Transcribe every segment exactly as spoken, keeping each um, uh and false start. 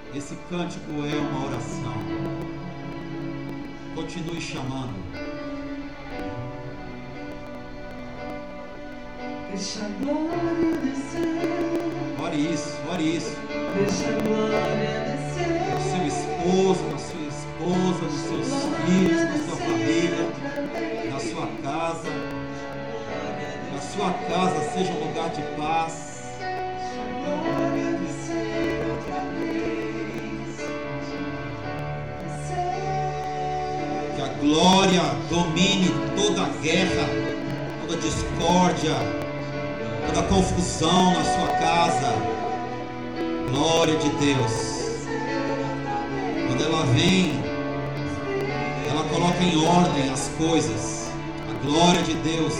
Esse cântico é uma oração. Continue chamando. Deixa a glória descer. Ore isso, ore isso. Deixa a glória descer. No seu esposo, na sua esposa, nos seus filhos, na sua família, na sua casa. Na sua casa seja um lugar de paz. Glória descer outra vez. Que a glória domine toda a guerra, toda a discórdia, toda a confusão na sua casa. Glória de Deus. Quando ela vem, ela coloca em ordem as coisas. A glória de Deus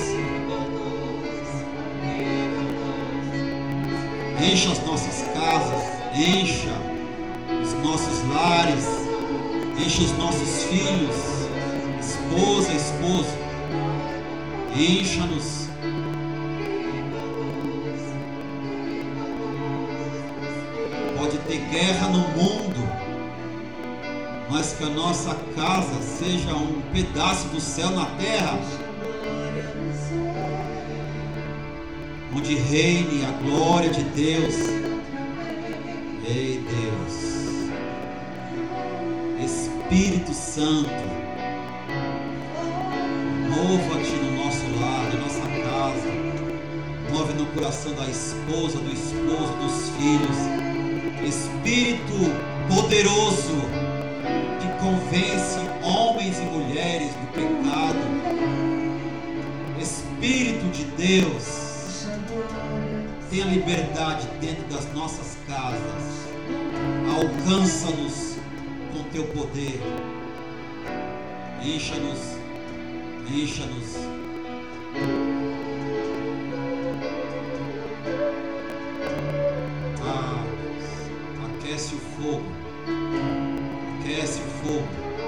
encha as nossas casas, encha os nossos lares, encha os nossos filhos, esposa, esposo, encha-nos. Pode ter guerra no mundo, mas que a nossa casa seja um pedaço do céu na terra, onde reine a glória de Deus. Ei Deus, Espírito Santo, mova-te no nosso lar, na nossa casa, move no coração da esposa, do esposo, dos filhos. Espírito poderoso que convence homens e mulheres do pecado. Espírito de Deus, tenha liberdade dentro das nossas casas. Alcança-nos com teu poder. Encha-nos, encha-nos. Ah, aquece o fogo, aquece o fogo.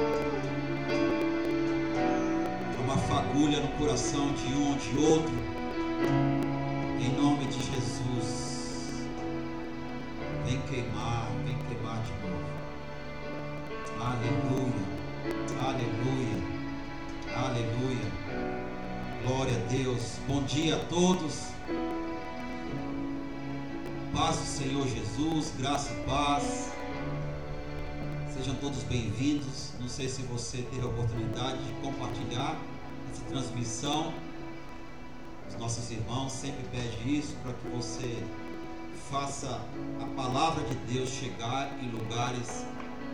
Uma fagulha no coração de um ou de outro. Em nome de Jesus, vem queimar, vem queimar de novo. Aleluia, aleluia, aleluia. Glória a Deus. Bom dia a todos. Paz do Senhor Jesus, graça e paz. Sejam todos bem-vindos. Não sei se você teve a oportunidade de compartilhar essa transmissão. Os nossos irmãos sempre pedem isso, para que você faça a palavra de Deus chegar em lugares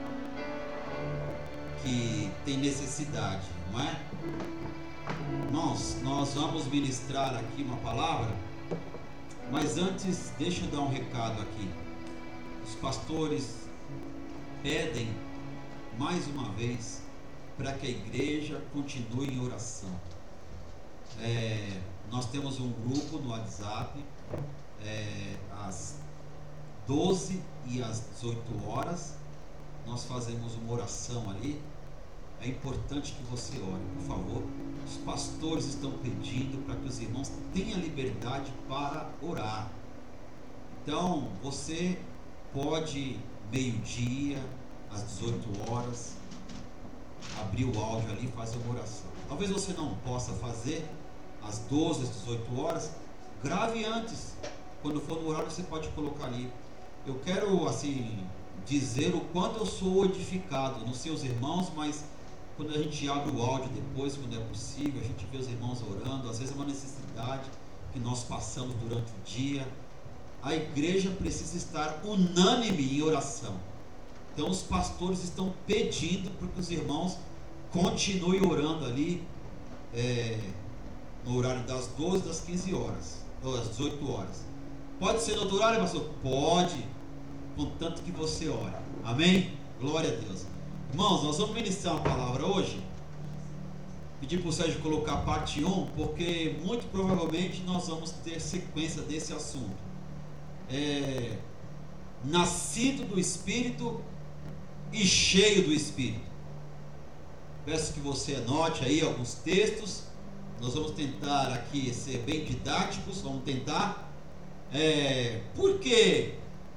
que tem necessidade, não é? Irmãos, nós vamos ministrar aqui uma palavra, mas antes deixa eu dar um recado aqui. Os pastores pedem mais uma vez para que a igreja continue em oração. É, nós temos um grupo no WhatsApp, é, às doze e às dezoito horas, nós fazemos uma oração ali. É importante que você ore, por favor. Os pastores estão pedindo para que os irmãos tenham liberdade para orar. Então, você pode, meio-dia, às dezoito horas, abrir o áudio ali e fazer uma oração. Talvez você não possa fazer às doze, às dezoito horas, grave antes. Quando for no horário, você pode colocar ali. Eu quero, assim, dizer o quanto eu sou edificado, não sei os irmãos, mas quando a gente abre o áudio depois, quando é possível, a gente vê os irmãos orando. Às vezes é uma necessidade que nós passamos durante o dia. A igreja precisa estar unânime em oração. Então os pastores estão pedindo para que os irmãos continuem orando ali, é, no horário das doze, das quinze horas, ou das dezoito horas. Pode ser no outro horário, pastor? Pode, contanto que você ore. Amém? Glória a Deus. Irmãos, nós vamos ministrar uma palavra hoje. Pedir para o Sérgio colocar a parte um, porque muito provavelmente nós vamos ter sequência desse assunto. É, nascido do Espírito e cheio do Espírito. Peço que você anote aí alguns textos. Nós vamos tentar aqui ser bem didáticos. Vamos tentar. É, por que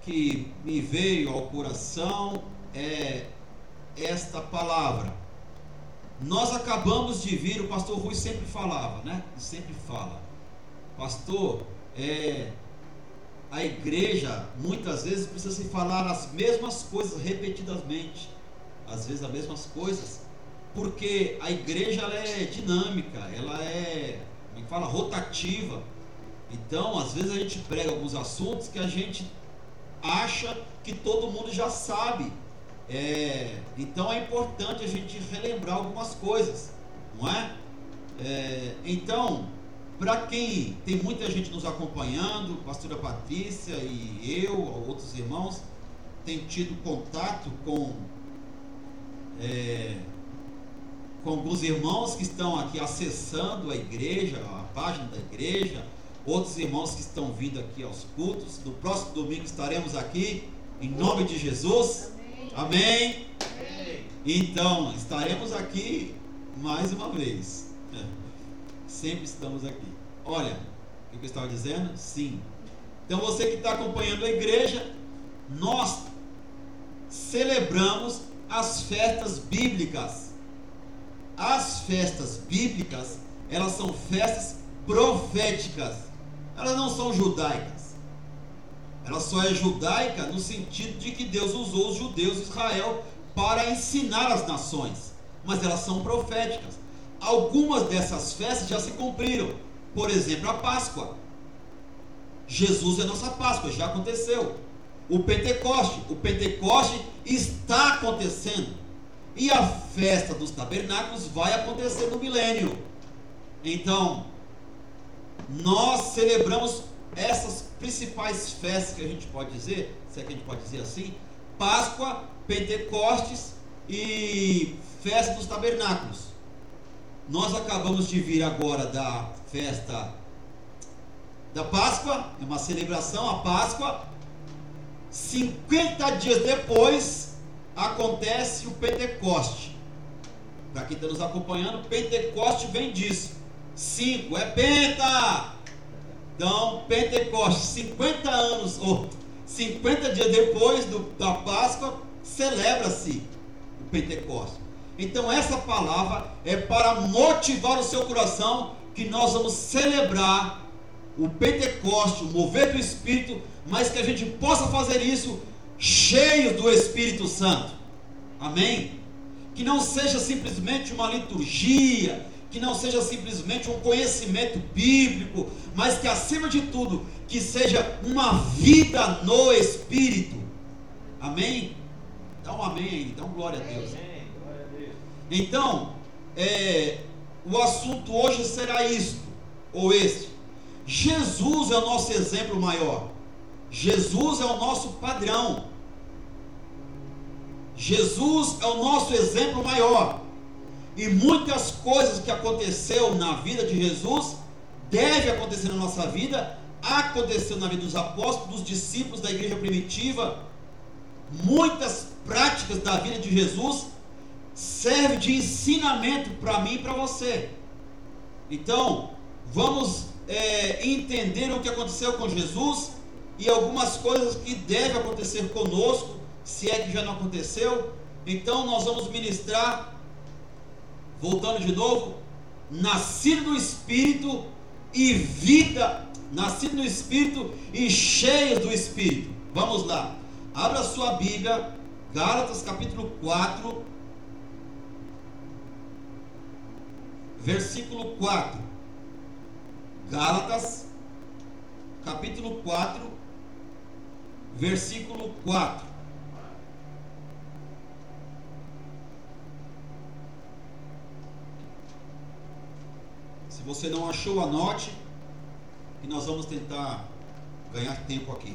que me veio ao coração é esta palavra. Nós acabamos de vir, o pastor Rui sempre falava, né? Sempre fala, pastor, é, a igreja muitas vezes precisa se falar as mesmas coisas repetidamente, às vezes as mesmas coisas, porque a igreja ela é dinâmica, ela é, como é que fala, rotativa. Então, às vezes a gente prega alguns assuntos que a gente acha que todo mundo já sabe. É, então é importante a gente relembrar algumas coisas, não é? É então, para quem tem muita gente nos acompanhando, a pastora Patrícia e eu, outros irmãos, tem tido contato com, é, com alguns irmãos que estão aqui acessando a igreja, a página da igreja, outros irmãos que estão vindo aqui aos cultos. No próximo domingo estaremos aqui, em nome de Jesus. Amém? Amém? Então, estaremos aqui mais uma vez. Sempre estamos aqui. Olha, o que eu estava dizendo? Sim. Então, você que está acompanhando a igreja, nós celebramos as festas bíblicas. As festas bíblicas, elas são festas proféticas. Elas não são judaicas. Ela só é judaica no sentido de que Deus usou os judeus de Israel para ensinar as nações, mas elas são proféticas. Algumas dessas festas já se cumpriram. Por exemplo, a Páscoa. Jesus é nossa Páscoa, já aconteceu. O Pentecoste, o Pentecoste está acontecendo. E a festa dos tabernáculos vai acontecer no milênio. Então, nós celebramos essas principais festas que a gente pode dizer, se é que a gente pode dizer assim: Páscoa, Pentecostes e festa dos tabernáculos. Nós acabamos de vir agora da festa da Páscoa, é uma celebração, a Páscoa. cinquenta dias depois acontece o Pentecoste. Para quem está nos acompanhando, Pentecoste vem disso. Cinco é Penta. Então, Pentecoste, cinquenta anos, ou cinquenta dias depois do, da Páscoa, celebra-se o Pentecoste. Então, essa palavra é para motivar o seu coração que nós vamos celebrar o Pentecoste, o mover do Espírito, mas que a gente possa fazer isso cheio do Espírito Santo. Amém? Que não seja simplesmente uma liturgia, que não seja simplesmente um conhecimento bíblico, mas que acima de tudo, que seja uma vida no Espírito. Amém? Dá um amém aí, dá um glória a Deus. Amém. Glória a Deus. Então, é, o assunto hoje será isto, ou este: Jesus é o nosso exemplo maior. Jesus é o nosso padrão. Jesus é o nosso exemplo maior. E muitas coisas que aconteceu na vida de Jesus deve acontecer na nossa vida. Aconteceu na vida dos apóstolos, dos discípulos da igreja primitiva. Muitas práticas da vida de Jesus servem de ensinamento para mim e para você. Então, vamos é, entender o que aconteceu com Jesus e algumas coisas que devem acontecer conosco, se é que já não aconteceu. Então, nós vamos ministrar, voltando de novo, nascido do Espírito e vida, nascido do Espírito e cheios do Espírito. Vamos lá, abra sua Bíblia, Gálatas capítulo quatro, versículo quatro. Gálatas capítulo quatro, versículo quatro. Se você não achou, anote, e nós vamos tentar ganhar tempo aqui.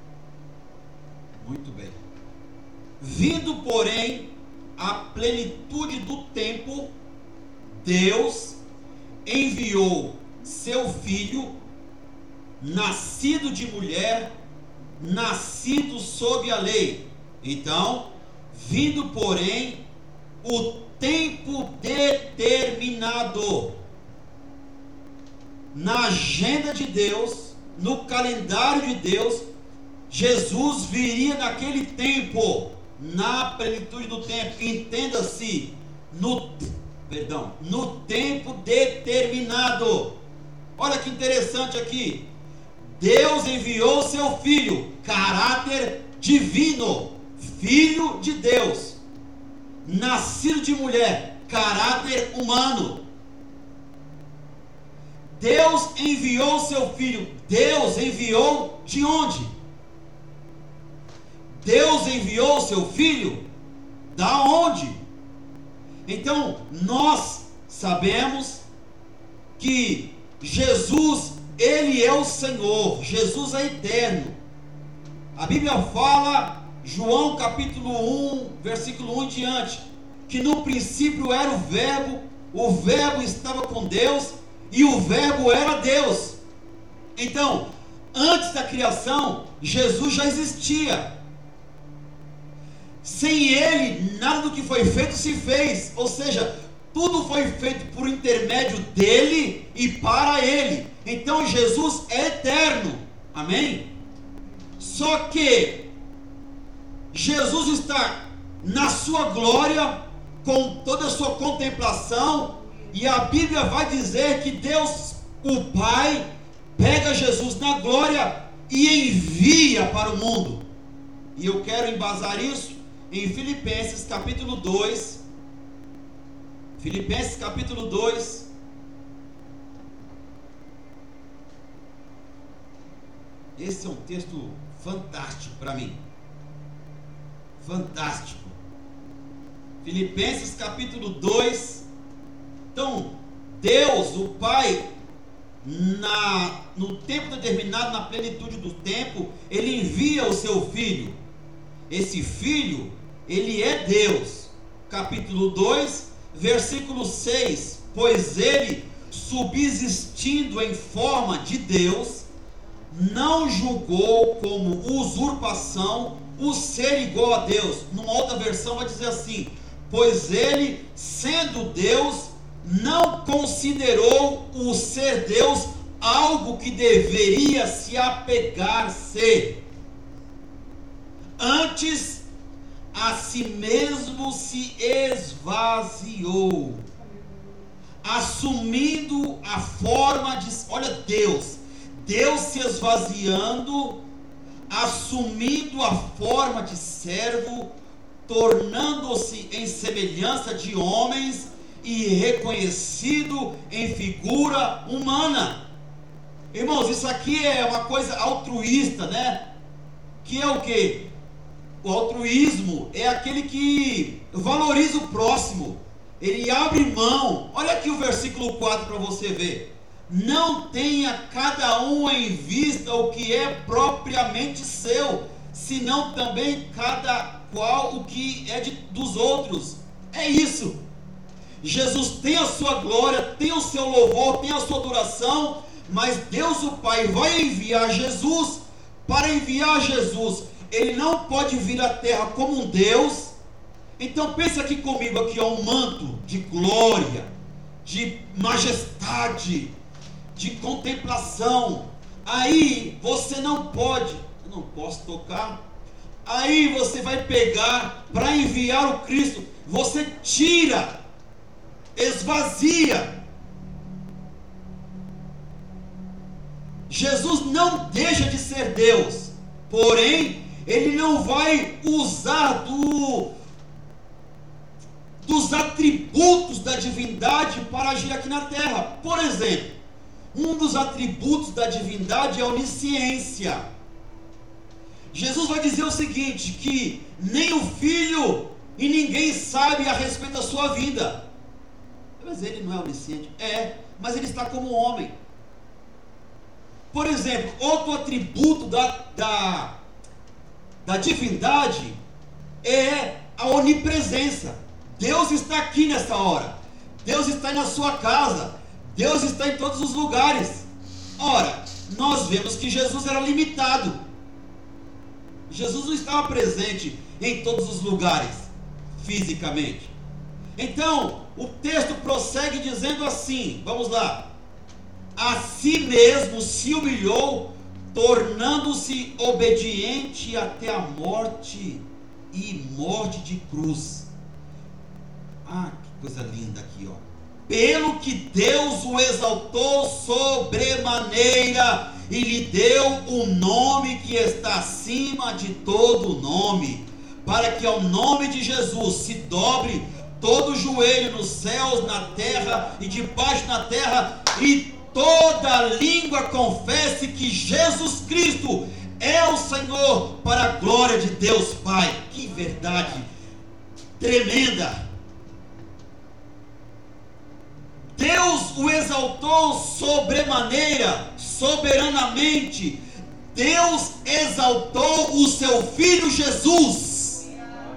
Muito bem. Vindo, porém, a plenitude do tempo, Deus enviou seu Filho, nascido de mulher, nascido sob a lei. Então, vindo, porém, o tempo determinado na agenda de Deus, no calendário de Deus, Jesus viria naquele tempo, na plenitude do tempo, entenda-se, no, perdão, no tempo determinado. Olha que interessante aqui. Deus enviou seu Filho, caráter divino, Filho de Deus, nascido de mulher, caráter humano. Deus enviou seu Filho. Deus enviou de onde? Deus enviou seu Filho da onde? Então, nós sabemos que Jesus, Ele é o Senhor, Jesus é eterno. A Bíblia fala, João capítulo um, versículo um em diante, que no princípio era o Verbo, o Verbo estava com Deus, e o Verbo era Deus. Então, antes da criação, Jesus já existia. Sem Ele, nada do que foi feito se fez. Ou seja, tudo foi feito por intermédio dEle e para Ele. Então Jesus é eterno. Amém? Só que Jesus está na sua glória, com toda a sua contemplação, e a Bíblia vai dizer que Deus, o Pai, pega Jesus na glória e envia para o mundo. E eu quero embasar isso em Filipenses capítulo dois. Filipenses capítulo dois. Esse é um texto fantástico para mim. Fantástico. Filipenses capítulo dois. Então, Deus, o Pai, na, no tempo determinado, na plenitude do tempo, Ele envia o seu Filho. Esse Filho, Ele é Deus. Capítulo dois, versículo seis. Pois Ele, subsistindo em forma de Deus, não julgou como usurpação o ser igual a Deus. Numa outra versão vai dizer assim: pois Ele, sendo Deus, não considerou o ser Deus algo que deveria se apegar-se. Antes, a si mesmo se esvaziou, assumindo a forma de... Olha Deus, Deus se esvaziando, assumindo a forma de servo, tornando-se em semelhança de homens e reconhecido em figura humana. Irmãos, isso aqui é uma coisa altruísta, né? Que é o quê? O altruísmo é aquele que valoriza o próximo. Ele abre mão. Olha aqui o versículo quatro para você ver. Não tenha cada um em vista o que é propriamente seu, senão também cada qual o que é de, dos outros. É isso. Jesus tem a sua glória, tem o seu louvor, tem a sua adoração, mas Deus o Pai vai enviar Jesus. Para enviar Jesus, Ele não pode vir à terra como um Deus. Então pense aqui comigo, aqui ó, um manto de glória, de majestade, de contemplação. Aí você não pode, eu não posso tocar. Aí você vai pegar para enviar o Cristo, você tira, esvazia. Jesus não deixa de ser Deus, porém Ele não vai usar do, dos atributos da divindade para agir aqui na terra. Por exemplo, um dos atributos da divindade é a onisciência. Jesus vai dizer o seguinte, que nem o Filho e ninguém sabe a respeito da sua vida. Mas Ele não é onisciente? É, mas Ele está como homem. Por exemplo, outro atributo da, da, da divindade é a onipresença. Deus está aqui nessa hora. Deus está na sua casa. Deus está em todos os lugares. Ora, nós vemos que Jesus era limitado. Jesus não estava presente em todos os lugares, fisicamente. Então, o texto prossegue dizendo assim, vamos lá. A si mesmo se humilhou, tornando-se obediente até a morte e morte de cruz. Ah, que coisa linda aqui, ó. Pelo que Deus o exaltou sobremaneira e lhe deu o nome que está acima de todo nome, para que ao nome de Jesus se dobre todo o joelho nos céus, na terra e debaixo da terra, e toda língua confesse que Jesus Cristo é o Senhor, para a glória de Deus Pai. Que verdade tremenda! Deus o exaltou sobremaneira, soberanamente. Deus exaltou o seu Filho Jesus.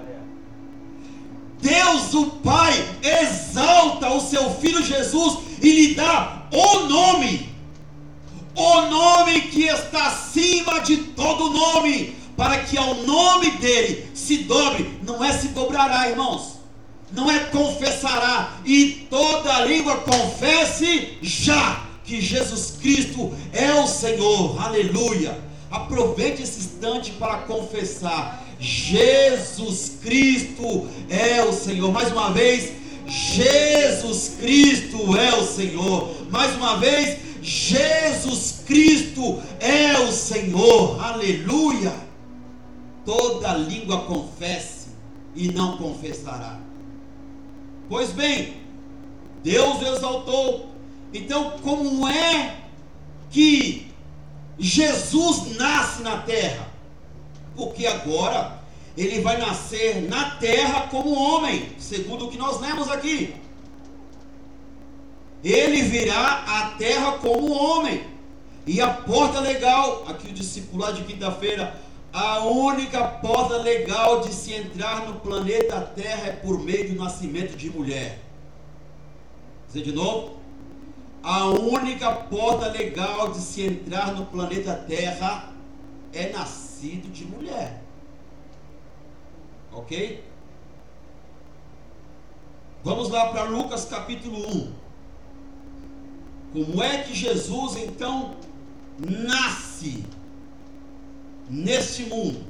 Deus, o Pai, exalta o seu Filho Jesus e lhe dá o nome, o nome que está acima de todo nome, para que ao nome dele se dobre. Não é se dobrará, irmãos, não é confessará, e toda língua confesse já que Jesus Cristo é o Senhor. Aleluia. Aproveite esse instante para confessar: Jesus Cristo é o Senhor. Mais uma vez, Jesus Cristo é o Senhor. Mais uma vez, Jesus Cristo é o Senhor. Aleluia. Toda língua confesse e não confessará. Pois bem, Deus o exaltou. Então, como é que Jesus nasce na terra? Porque agora ele vai nascer na terra como homem, segundo o que nós lemos aqui. Ele virá à terra como homem. E a porta legal, aqui o discipulado de quinta-feira, a única porta legal de se entrar no planeta Terra é por meio do nascimento de mulher. Vou dizer de novo. A única porta legal de se entrar no planeta Terra é nascido de mulher. Ok? Vamos lá para Lucas capítulo um. Como é que Jesus então nasce neste mundo?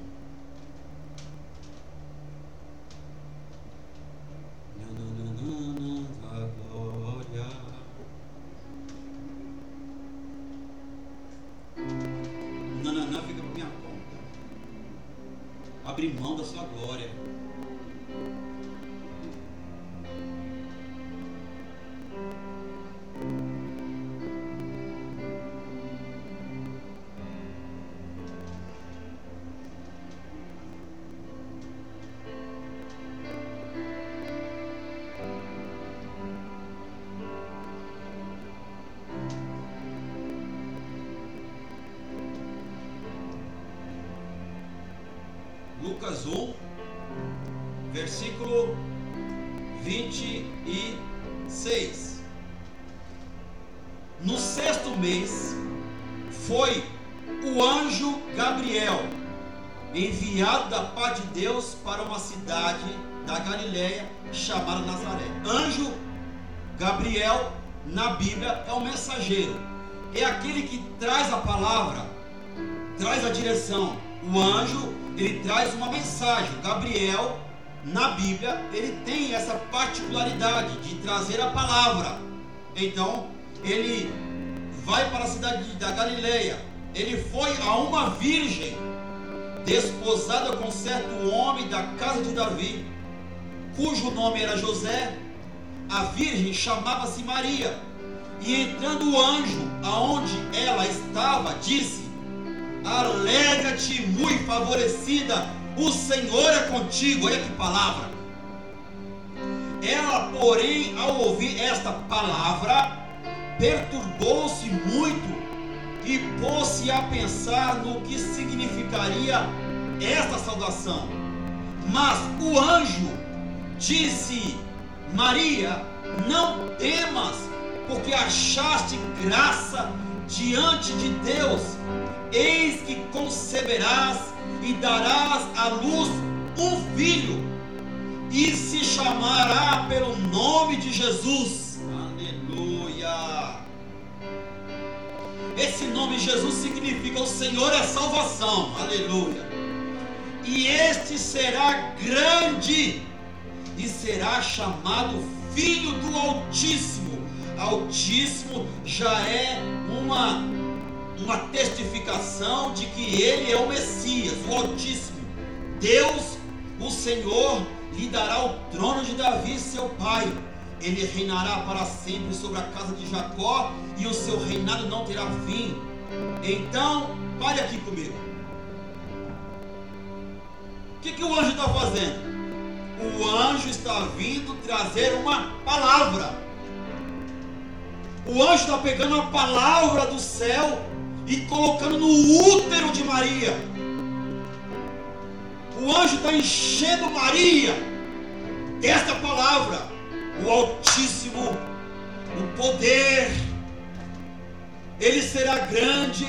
Nananã fica por minha conta. Abre mão da sua glória. Lucas um, versículo vinte e seis. No sexto mês foi o anjo Gabriel enviado da parte de Deus para uma cidade da Galileia chamada Nazaré. Anjo Gabriel na Bíblia é um mensageiro, é aquele que traz a palavra, traz a direção. O anjo, ele traz uma mensagem. Gabriel, na Bíblia, ele tem essa particularidade de trazer a palavra. Então, ele vai para a cidade da Galileia. Ele foi a uma virgem desposada com certo homem da casa de Davi, cujo nome era José. A virgem chamava-se Maria. E entrando o anjo aonde ela estava, disse: alegra-te, muito favorecida, o Senhor é contigo. Olha que palavra. Ela, porém, ao ouvir esta palavra, perturbou-se muito e pôs-se a pensar no que significaria esta saudação. Mas o anjo disse: Maria, não temas, porque achaste graça diante de Deus. Eis que conceberás e darás à luz um filho, e se chamará pelo nome de Jesus. Aleluia. Esse Esse nome Jesus significa o Senhor é salvação. Aleluia. E este será grande e será chamado Filho do Altíssimo. Altíssimo já é uma, uma testificação de que ele é o Messias, o Altíssimo. Deus, o Senhor, lhe dará o trono de Davi, seu pai. Ele reinará para sempre sobre a casa de Jacó, e o seu reinado não terá fim. Então, pare aqui comigo. O que, que o anjo está fazendo? O anjo está vindo trazer uma palavra. O anjo está pegando a palavra do céu e colocando no útero de Maria. O anjo está enchendo Maria desta palavra. O Altíssimo, o poder, ele será grande.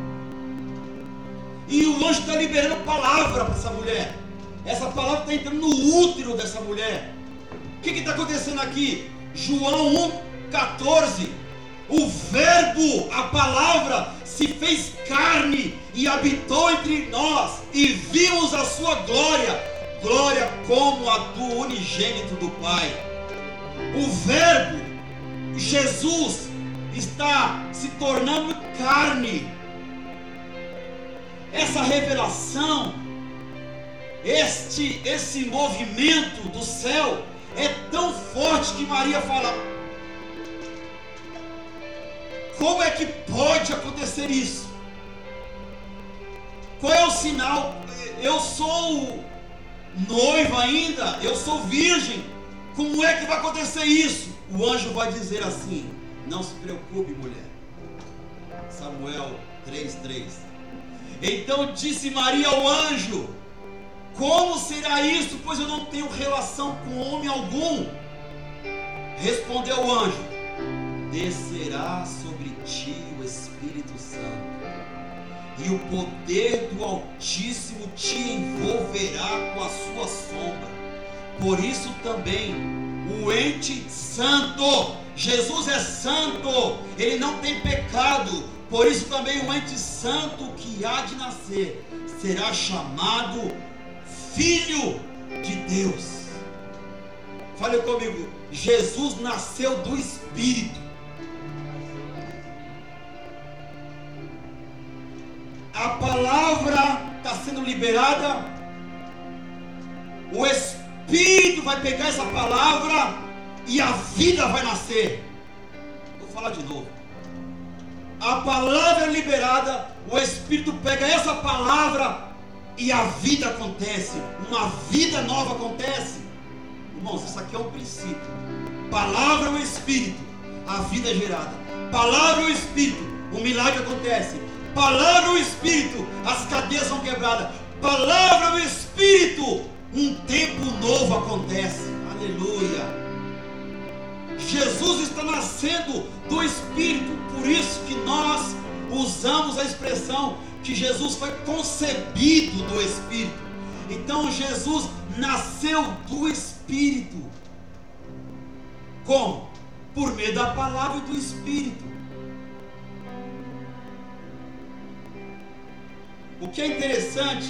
E o anjo está liberando palavra para essa mulher. Essa palavra está entrando no útero dessa mulher. O que está acontecendo aqui? João um, catorze. O verbo, a palavra, se fez carne e habitou entre nós, e vimos a sua glória, glória como a do unigênito do Pai. O verbo, Jesus, está se tornando carne. Essa revelação, este, esse movimento do céu é tão forte que Maria fala: como é que pode acontecer isso? Qual é o sinal? Eu sou noiva ainda, eu sou virgem. Como é que vai acontecer isso? O anjo vai dizer assim: não se preocupe, mulher. Samuel três, três. Então disse Maria ao anjo: como será isso, pois eu não tenho relação com homem algum? Respondeu o anjo: descerá sobre ti o Espírito Santo, e o poder do Altíssimo te envolverá com a sua sombra. Por isso também o ente santo, Jesus é santo, ele não tem pecado. Por isso também o ente santo que há de nascer será chamado Filho de Deus. Fale comigo: Jesus nasceu do Espírito. A palavra está sendo liberada. O Espírito vai pegar essa palavra e a vida vai nascer. Vou falar de novo. A palavra é liberada, o Espírito pega essa palavra e a vida acontece. Uma vida nova acontece. Irmãos, isso aqui é um princípio. Palavra é o Espírito, a vida é gerada. Palavra é o Espírito, o milagre acontece. Palavra é o Espírito, as cadeias são quebradas. Palavra é o Espírito, um tempo novo acontece. Aleluia. Jesus está nascendo do Espírito. Por isso que nós usamos a expressão que Jesus foi concebido do Espírito. Então Jesus nasceu do Espírito. Como? Por meio da palavra e do Espírito. O que é interessante,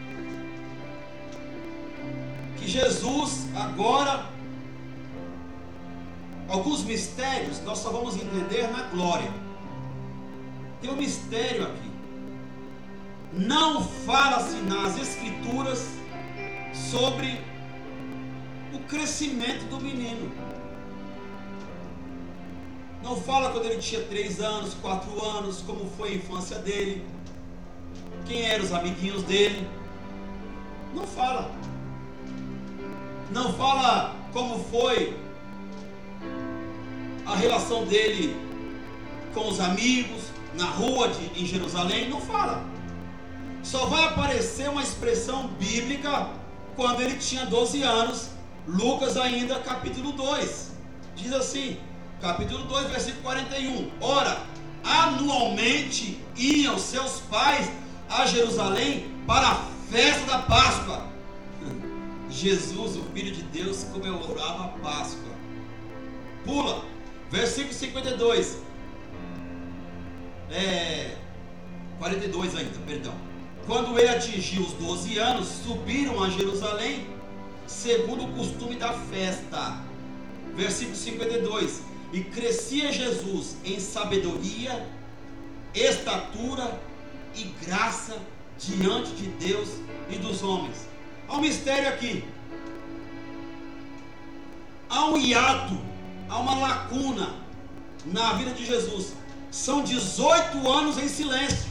que Jesus agora, alguns mistérios nós só vamos entender na glória. Tem um mistério aqui. Não fala-se nas Escrituras sobre o crescimento do menino. Não fala quando ele tinha três anos, quatro anos, como foi a infância dele, quem eram os amiguinhos dele. Não fala. Não fala como foi a relação dele com os amigos na rua de, em Jerusalém. Não fala. Só vai aparecer uma expressão bíblica quando ele tinha doze anos. Lucas ainda capítulo dois diz assim, capítulo dois versículo quarenta e um: ora, anualmente iam seus pais a Jerusalém para a festa da Páscoa. Jesus, o Filho de Deus, comemorava a Páscoa. Pula, versículo cinquenta e dois: é, quarenta e dois ainda, perdão. Quando ele atingiu os doze anos, subiram a Jerusalém, segundo o costume da festa. Versículo cinquenta e dois. E crescia Jesus em sabedoria, estatura e graça diante de Deus e dos homens. Há um mistério aqui. Há um hiato, há uma lacuna na vida de Jesus. São dezoito anos em silêncio.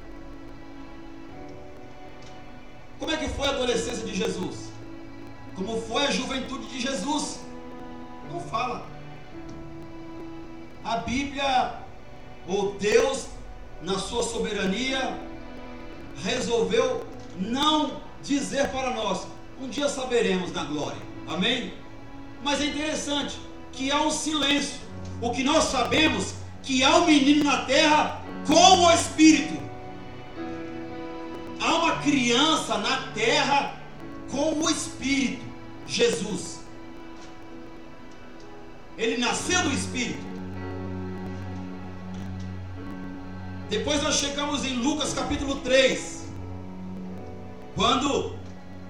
Como é que foi a adolescência de Jesus? Como foi a juventude de Jesus? Não fala. A Bíblia, ou Deus, na sua soberania, resolveu não dizer para nós. Um dia saberemos na glória. Amém? Mas é interessante que há um silêncio. O que nós sabemos, que há um menino na terra com o Espírito. Há uma criança na terra com o Espírito, Jesus. Ele nasceu do Espírito. Depois nós chegamos em Lucas capítulo três, quando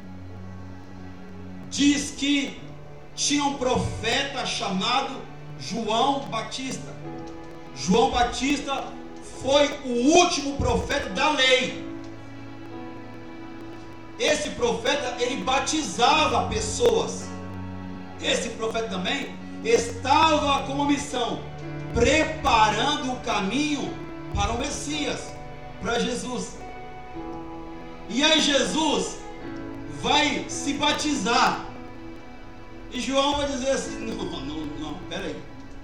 diz que tinha um profeta chamado João Batista. João Batista foi o último profeta da lei. Esse profeta, ele batizava pessoas. Esse profeta também estava com uma missão, preparando o caminho para o Messias, para Jesus. E aí Jesus vai se batizar. E João vai dizer assim: não, não, não, peraí.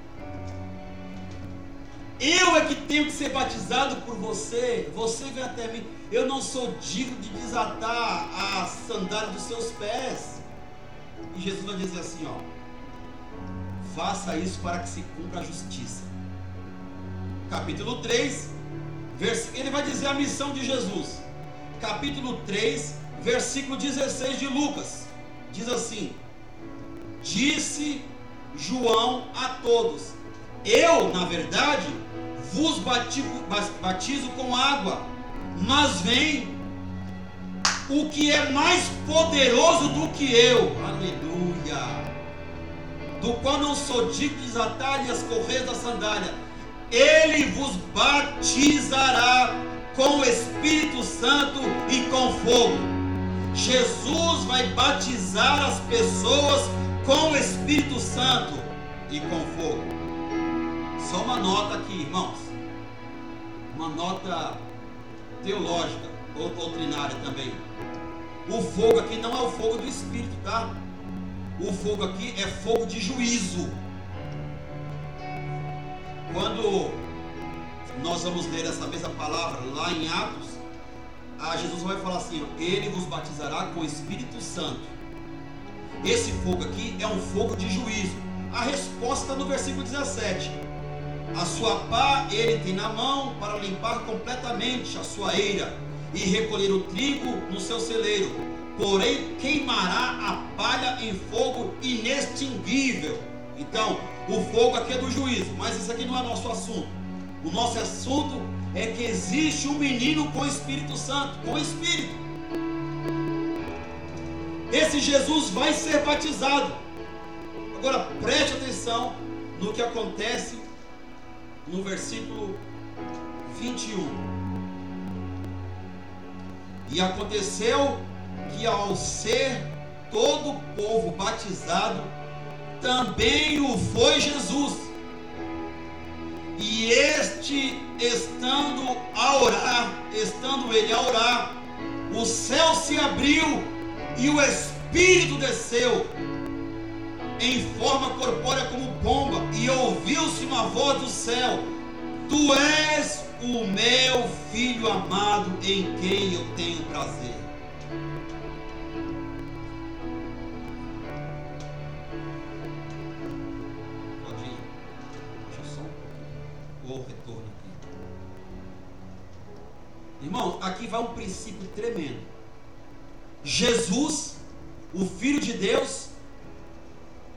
Eu é que tenho que ser batizado por você. Você vem até mim. Eu não sou digno de desatar a sandália dos seus pés. E Jesus vai dizer assim, ó: faça isso para que se cumpra a justiça. Capítulo três, ele vai dizer a missão de Jesus. Capítulo três, versículo dezesseis de Lucas, diz assim: disse João a todos: eu, na verdade, vos batizo, batizo com água, mas vem o que é mais poderoso do que eu, aleluia, do qual não sou digno de desatar-lhe as correias da sandália. Ele vos batizará com o Espírito Santo e com fogo. Jesus vai batizar as pessoas com o Espírito Santo e com fogo. Só uma nota aqui, irmãos, uma nota teológica ou doutrinária também. O fogo aqui não é o fogo do Espírito, tá? O fogo aqui é fogo de juízo. Quando nós vamos ler essa mesma palavra lá em Atos, a Jesus vai falar assim: ó, ele vos batizará com o Espírito Santo. Esse fogo aqui é um fogo de juízo. A resposta está no versículo dezessete. A sua pá ele tem na mão para limpar completamente a sua eira e recolher o trigo no seu celeiro, porém queimará a palha em fogo inextinguível. Então, o fogo aqui é do juízo, mas isso aqui não é nosso assunto. O nosso assunto é que existe um menino com o Espírito Santo, com o Espírito. Esse Jesus vai ser batizado. Agora preste atenção no que acontece no versículo vinte e um. E aconteceu que ao ser todo o povo batizado, também o foi Jesus. E este, estando a orar, estando ele a orar, o céu se abriu e o Espírito desceu em forma corpórea como pomba, e ouviu-se uma voz do céu: tu és o meu filho amado, em quem eu tenho prazer. Pode ir. Deixa eu só o retorno aqui. Irmão, aqui vai um princípio tremendo. Jesus, o Filho de Deus,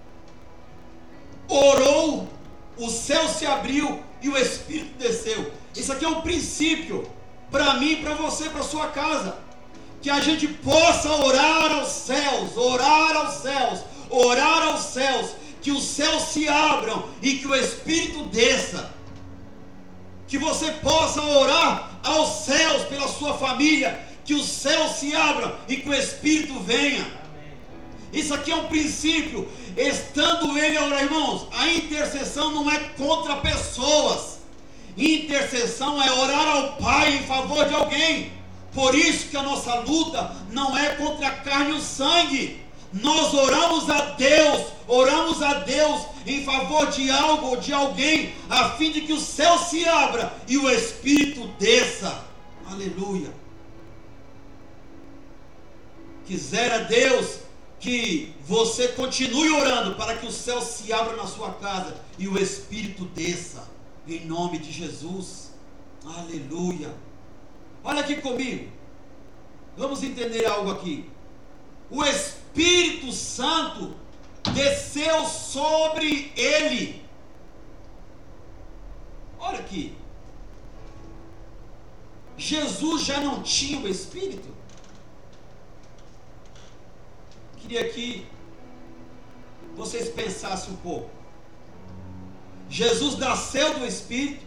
orou, o céu se abriu e o Espírito desceu. Isso aqui é um princípio para mim, para você, para sua casa. Que a gente possa orar aos céus, orar aos céus, orar aos céus, que os céus se abram e que o Espírito desça. Que você possa orar aos céus pela sua família, que os céus se abram e que o Espírito venha. Isso aqui é um princípio. Estando ele a orar, irmãos, a intercessão não é contra pessoas. Intercessão é orar ao Pai em favor de alguém. Por isso que a nossa luta não é contra a carne e o sangue. Nós oramos a Deus, oramos a Deus em favor de algo ou de alguém, a fim de que o céu se abra e o Espírito desça. Aleluia. Quisera Deus que você continue orando para que o céu se abra na sua casa e o Espírito desça, em nome de Jesus. Aleluia. Olha aqui comigo, vamos entender algo aqui. O Espírito Santo desceu sobre ele. Olha aqui, Jesus já não tinha o Espírito? Queria que vocês pensassem um pouco. Jesus nasceu do Espírito,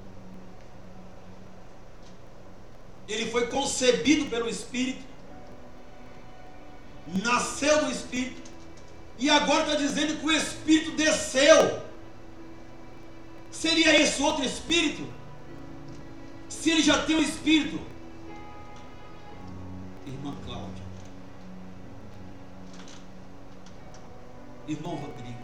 ele foi concebido pelo Espírito, nasceu do Espírito, e agora está dizendo que o Espírito desceu. Seria esse outro Espírito? Se ele já tem o Espírito? Irmã Cláudia, irmão Rodrigo,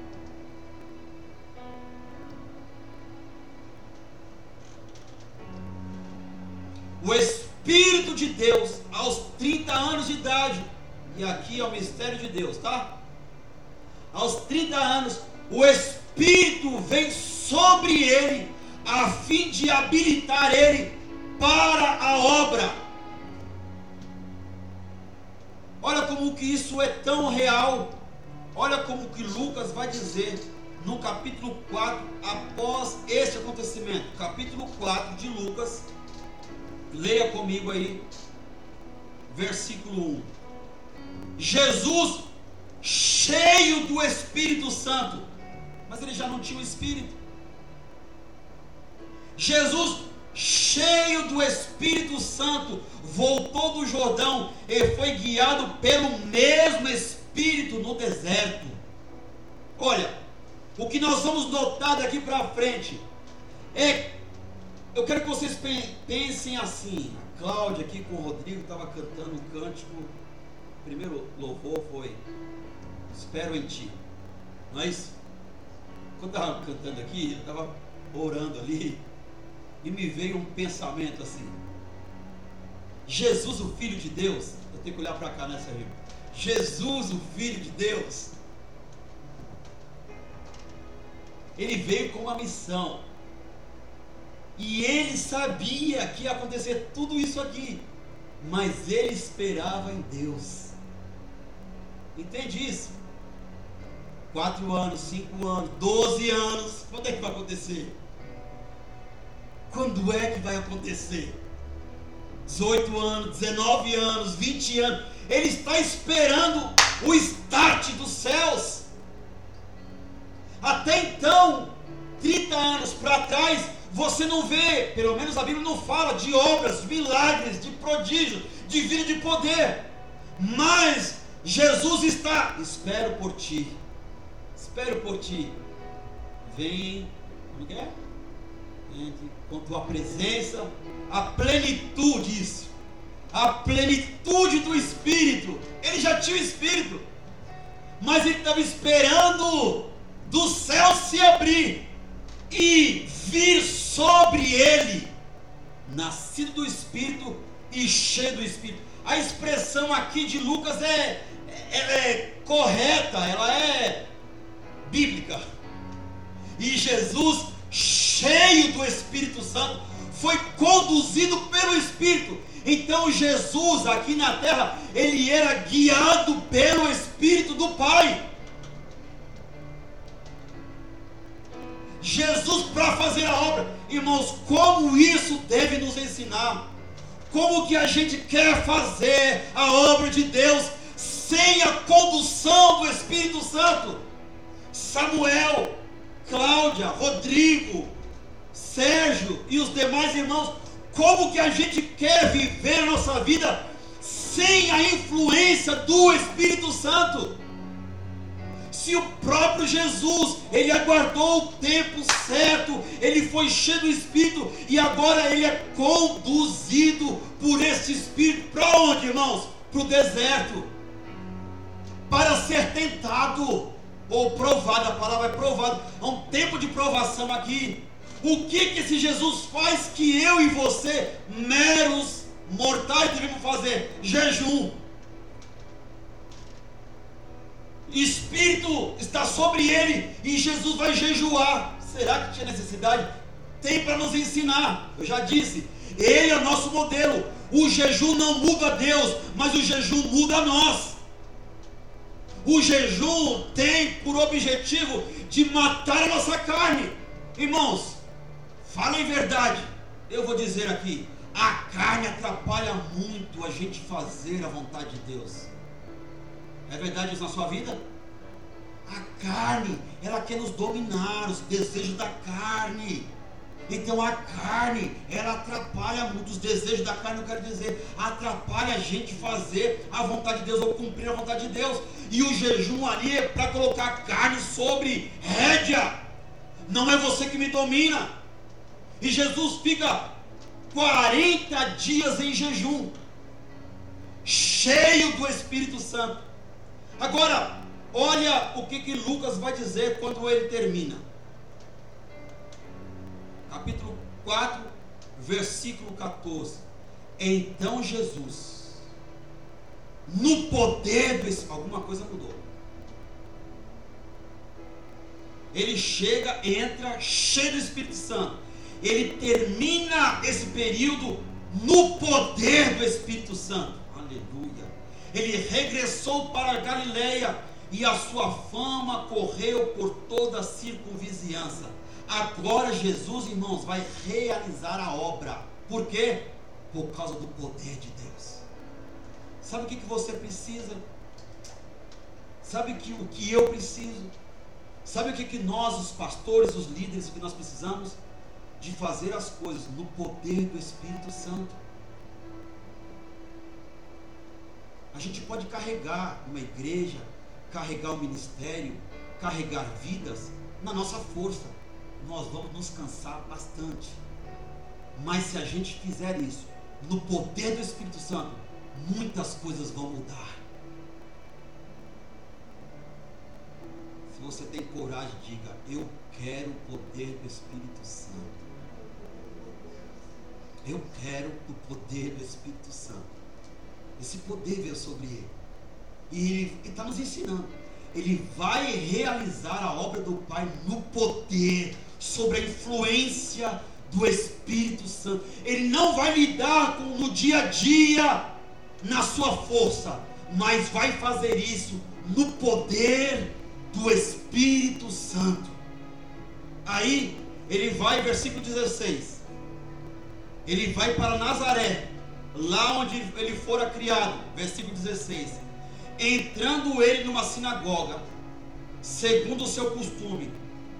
o Espírito de Deus aos trinta anos de idade, e aqui é o mistério de Deus, tá? Aos trinta anos, o Espírito vem sobre ele, a fim de habilitar ele para a obra. Olha como que isso é tão real. Olha como que Lucas vai dizer no capítulo quatro, após este acontecimento. Capítulo quatro de Lucas, leia comigo aí, versículo um. Jesus, cheio do Espírito Santo, mas ele já não tinha o Espírito. Jesus, cheio do Espírito Santo, voltou do Jordão e foi guiado pelo mesmo Espírito no deserto. Olha, o que nós vamos notar daqui para frente é, eu quero que vocês pensem assim. A Cláudia aqui com o Rodrigo estava cantando um cântico. O primeiro louvor foi Espero em Ti, não é isso? Quando eu estava cantando aqui, eu estava orando ali, e me veio um pensamento assim: Jesus, o Filho de Deus, eu tenho que olhar para cá nessa rima. Jesus, o Filho de Deus, ele veio com uma missão, e ele sabia que ia acontecer tudo isso aqui, mas ele esperava em Deus. Entende isso? Quatro anos, cinco anos, doze anos, quando é que vai acontecer? Quando é que vai acontecer? dezoito anos, dezenove anos, vinte anos, ele está esperando o start dos céus. Até então, trinta anos para trás, você não vê, pelo menos a Bíblia não fala de obras, de milagres, de prodígios, de vida de poder. Mas Jesus está, espero por ti, espero por ti, vem, como é? Com tua presença, a plenitude, isso, a plenitude do Espírito. Ele já tinha o Espírito, mas ele estava esperando do céu se abrir e vir sobre ele, nascido do Espírito e cheio do Espírito. A expressão aqui de Lucas é, ela é correta, ela é bíblica. E Jesus, cheio do Espírito Santo, foi conduzido pelo Espírito. Então Jesus aqui na terra, ele era guiado pelo Espírito do Pai. Jesus, para fazer a obra, Irmãos, como isso deve nos ensinar? Como que a gente quer fazer a obra de Deus sem a condução do Espírito Santo? Samuel, Cláudia, Rodrigo, Sérgio e os demais irmãos, como que a gente quer viver a nossa vida sem a influência do Espírito Santo? Se o próprio Jesus, ele aguardou o tempo certo, ele foi cheio do Espírito e agora ele é conduzido por esse Espírito para onde, irmãos? Para o deserto, para ser tentado ou provado. A palavra é provado. Há um tempo de provação aqui. O que que esse Jesus faz que eu e você, meros mortais, devemos fazer? Jejum. Espírito está sobre ele e Jesus vai jejuar. Será que tinha necessidade? Tem para nos ensinar. Eu já disse, ele é o nosso modelo. O jejum não muda Deus, mas o jejum muda nós. O jejum tem por objetivo de matar a nossa carne. Irmãos, falem verdade. Eu vou dizer aqui, a carne atrapalha muito a gente fazer a vontade de Deus. É verdade isso na sua vida? A carne, ela quer nos dominar, os desejos da carne. Então a carne, ela atrapalha muito. Os desejos da carne, eu quero dizer, atrapalha a gente fazer a vontade de Deus ou cumprir a vontade de Deus. E o jejum ali é para colocar a carne sobre rédea. Não é você que me domina. E Jesus fica quarenta dias em jejum, cheio do Espírito Santo. Agora, olha o que, que Lucas vai dizer quando ele termina. Capítulo quatro, versículo catorze. Então Jesus, no poder do Espírito, alguma coisa mudou. Ele chega, entra cheio do Espírito Santo. Ele termina esse período no poder do Espírito Santo. Aleluia. Ele regressou para a Galileia e a sua fama correu por toda a circunvizinhança. Agora Jesus, irmãos, vai realizar a obra. Por quê? Por causa do poder de Deus. Sabe o que, que você precisa? Sabe que, o que eu preciso? Sabe o que, que nós, os pastores, os líderes, o que nós precisamos? De fazer as coisas no poder do Espírito Santo. A gente pode carregar uma igreja, carregar um ministério, carregar vidas na nossa força. Nós vamos nos cansar bastante. Mas se a gente fizer isso no poder do Espírito Santo, muitas coisas vão mudar. Se você tem coragem, diga: eu quero o poder do Espírito Santo. Eu quero o poder do Espírito Santo. Esse poder veio sobre ele. E ele está nos ensinando. Ele vai realizar a obra do Pai no poder, sobre a influência do Espírito Santo. Ele não vai lidar com, no dia a dia, na sua força, mas vai fazer isso no poder do Espírito Santo. Aí, ele vai, versículo dezesseis. Ele vai para Nazaré, lá onde ele fora criado, versículo dezesseis. Entrando ele numa sinagoga, segundo o seu costume,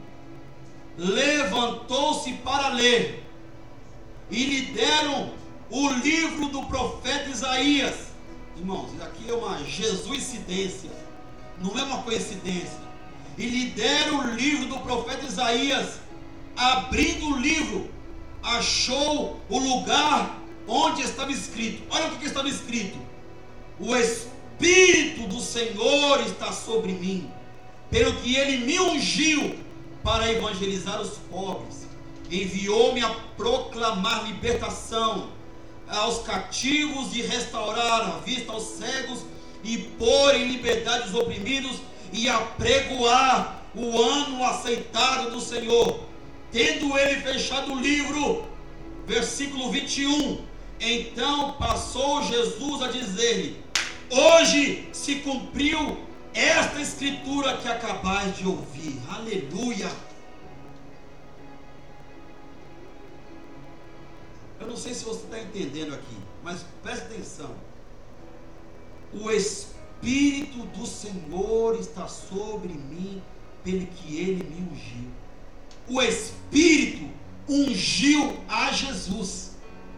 levantou-se para ler, e lhe deram o livro do profeta Isaías. Irmãos, isso aqui é uma jesuicidência, não é uma coincidência. E lhe deram o livro do profeta Isaías. Abrindo o livro, achou o lugar onde estava escrito. Olha o que estava escrito: o Espírito do Senhor está sobre mim, pelo que ele me ungiu para evangelizar os pobres, enviou-me a proclamar libertação aos cativos e restaurar a vista aos cegos, e pôr em liberdade os oprimidos, e apregoar o ano aceitado do Senhor. Tendo ele fechado o livro, versículo vinte e um, então passou Jesus a dizer-lhe: hoje se cumpriu esta escritura que acabais de ouvir. Aleluia. não sei se você está entendendo aqui, mas preste atenção. O Espírito do Senhor está sobre mim, pelo que Ele me ungiu. O Espírito ungiu a Jesus.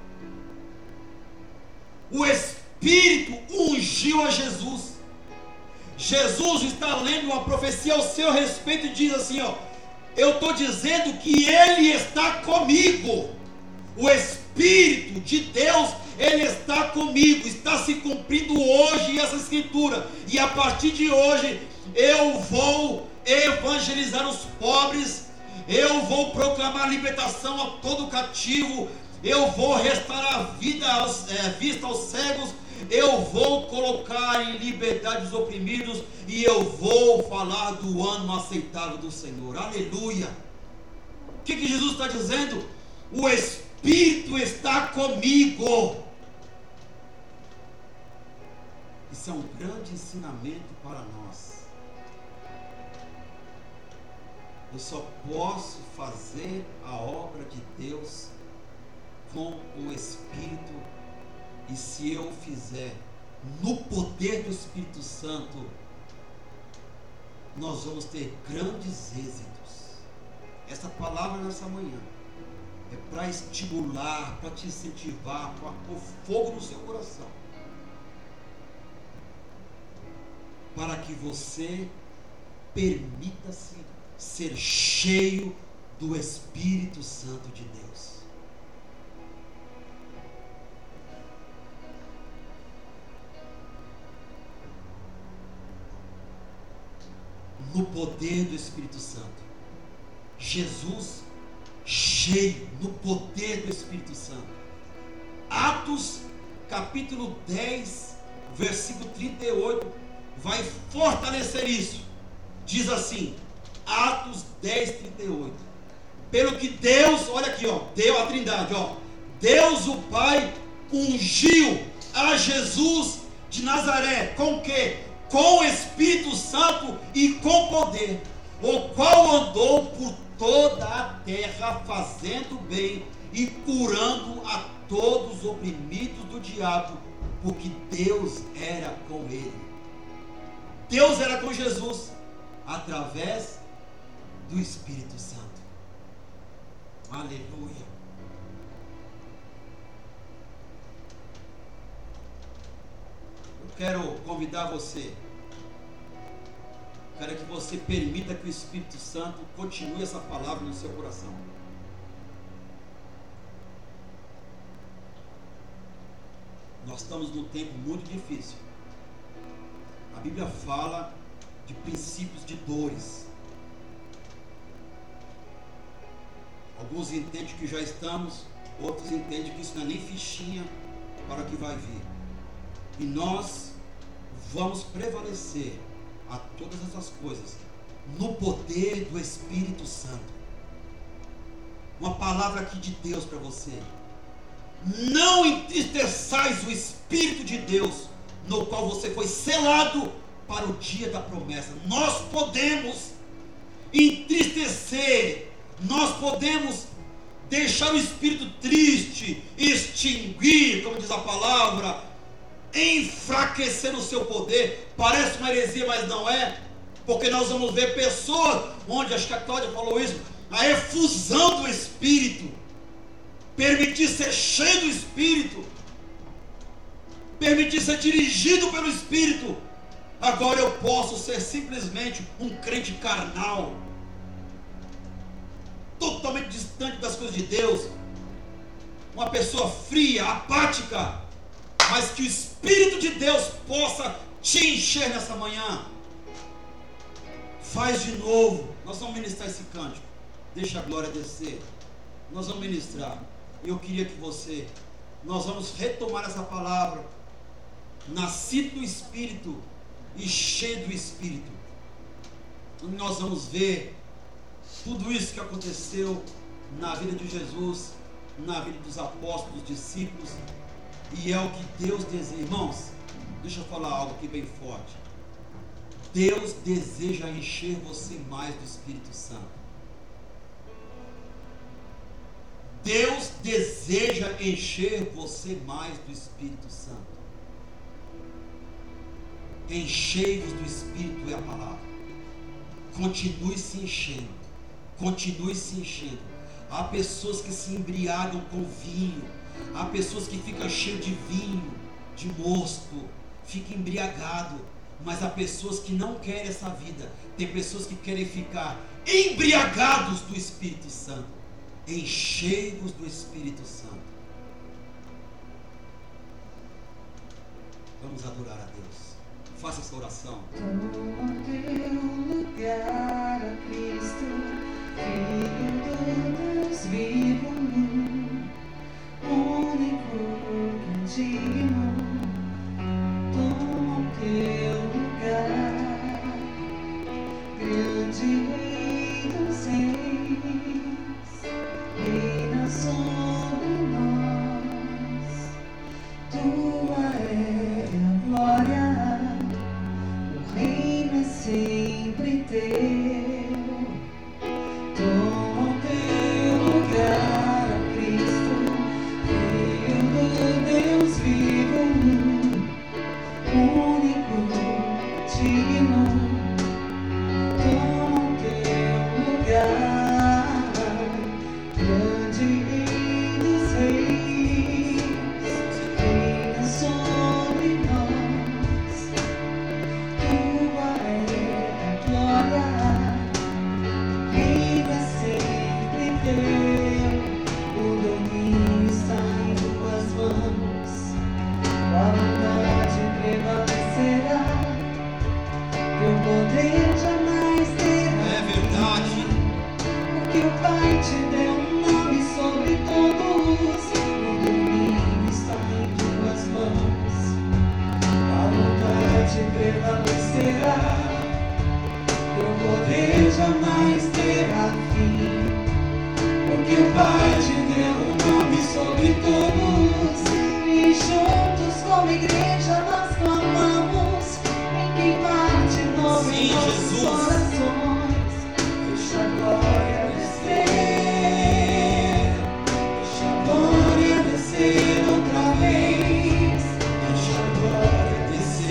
O Espírito ungiu a Jesus. Jesus está lendo uma profecia ao seu respeito e diz assim, ó: eu estou dizendo que Ele está comigo. O Espírito de Deus, Ele está comigo. Está se cumprindo hoje essa escritura. E a partir de hoje eu vou evangelizar os pobres, eu vou proclamar libertação a todo cativo, eu vou restaurar a vida aos, é, vista aos cegos, eu vou colocar em liberdade os oprimidos, e eu vou falar do ano aceitável do Senhor. Aleluia! O que, que Jesus está dizendo? O Espírito está comigo. Isso é um grande ensinamento para nós. Eu só posso fazer a obra de Deus com o Espírito, e se eu fizer no poder do Espírito Santo, nós vamos ter grandes êxitos. Essa palavra nessa manhã é para estimular, para te incentivar, para pôr fogo no seu coração, para que você permita-se ser cheio do Espírito Santo de Deus. No poder do Espírito Santo. Jesus cheio, no poder do Espírito Santo. Atos capítulo dez, versículo trinta e oito, vai fortalecer isso. Diz assim, Atos dez, trinta e oito: pelo que Deus, olha aqui, ó, deu a trindade, ó, Deus o Pai ungiu a Jesus de Nazaré, com o quê? Com o Espírito Santo e com poder, o qual andou por toda a terra fazendo bem e curando a todos os oprimidos do diabo, porque Deus era com ele. Deus era com Jesus através do Espírito Santo. Aleluia. Eu quero convidar você, quero que você permita que o Espírito Santo continue essa palavra no seu coração. Nós estamos num tempo muito difícil. A Bíblia fala de princípios de dores. Alguns entendem que já estamos, outros entendem que isso não é nem fichinha para o que vai vir. E nós vamos prevalecer a todas essas coisas no poder do Espírito Santo. Uma palavra aqui de Deus para você: não entristeçais o Espírito de Deus, no qual você foi selado para o dia da promessa. Nós podemos entristecer, nós podemos deixar o espírito triste, extinguir, como diz a palavra, enfraquecer o seu poder. Parece uma heresia, mas não é, porque nós vamos ver pessoas, onde acho que a Cláudia falou isso, a efusão do Espírito, permitir ser cheio do Espírito, permitir ser dirigido pelo Espírito. Agora eu posso ser simplesmente um crente carnal, totalmente distante das coisas de Deus, uma pessoa fria, apática, mas que o Espírito de Deus possa te encher nessa manhã. Faz de novo. Nós vamos ministrar esse cântico. Deixa a glória descer. Nós vamos ministrar. E eu queria que você, nós vamos retomar essa palavra, nascido do Espírito e cheio do Espírito. Nós vamos ver tudo isso que aconteceu na vida de Jesus, na vida dos apóstolos, dos discípulos, e é o que Deus deseja. Irmãos, deixa eu falar algo aqui bem forte. Deus deseja encher você mais do Espírito Santo. Deus deseja encher você mais do Espírito Santo. Enchei-vos do Espírito é a palavra. Continue se enchendo. Continue se enchendo. Há pessoas que se embriagam com vinho. Há pessoas que ficam cheias de vinho, de mosto, ficam embriagados. Mas há pessoas que não querem essa vida. Tem pessoas que querem ficar embriagados do Espírito Santo. Enchei-vos do Espírito Santo. Vamos adorar a Deus. Faça essa oração. Toma teu lugar, ó Cristo, Filho do Deus vivo, único, digno. Toma teu lugar, grande Rei dos Reis, reina sobre nós. Tua é a glória, o reino é sempre teu. Toma o teu lugar, ó Cristo, Filho do Deus vivo, único, digno. Toma o teu lugar, grande Rei dos Reis, reina sobre nós. Tua é a glória, o reino é sempre teu. O domínio está em tuas mãos, a vontade prevalecerá, teu poder jamais terá. É verdade. Porque o Pai te deu um nome sobre todos, o domínio está em tuas mãos, a vontade prevalecerá, teu poder jamais terá fim. Porque o Pai te deu um nome sobre todos, e juntos como igreja nós clamamos, em quem parte nome Sim, em nossos Jesus. corações. Deixa a glória descer, deixa a glória descer outra vez. Deixa a glória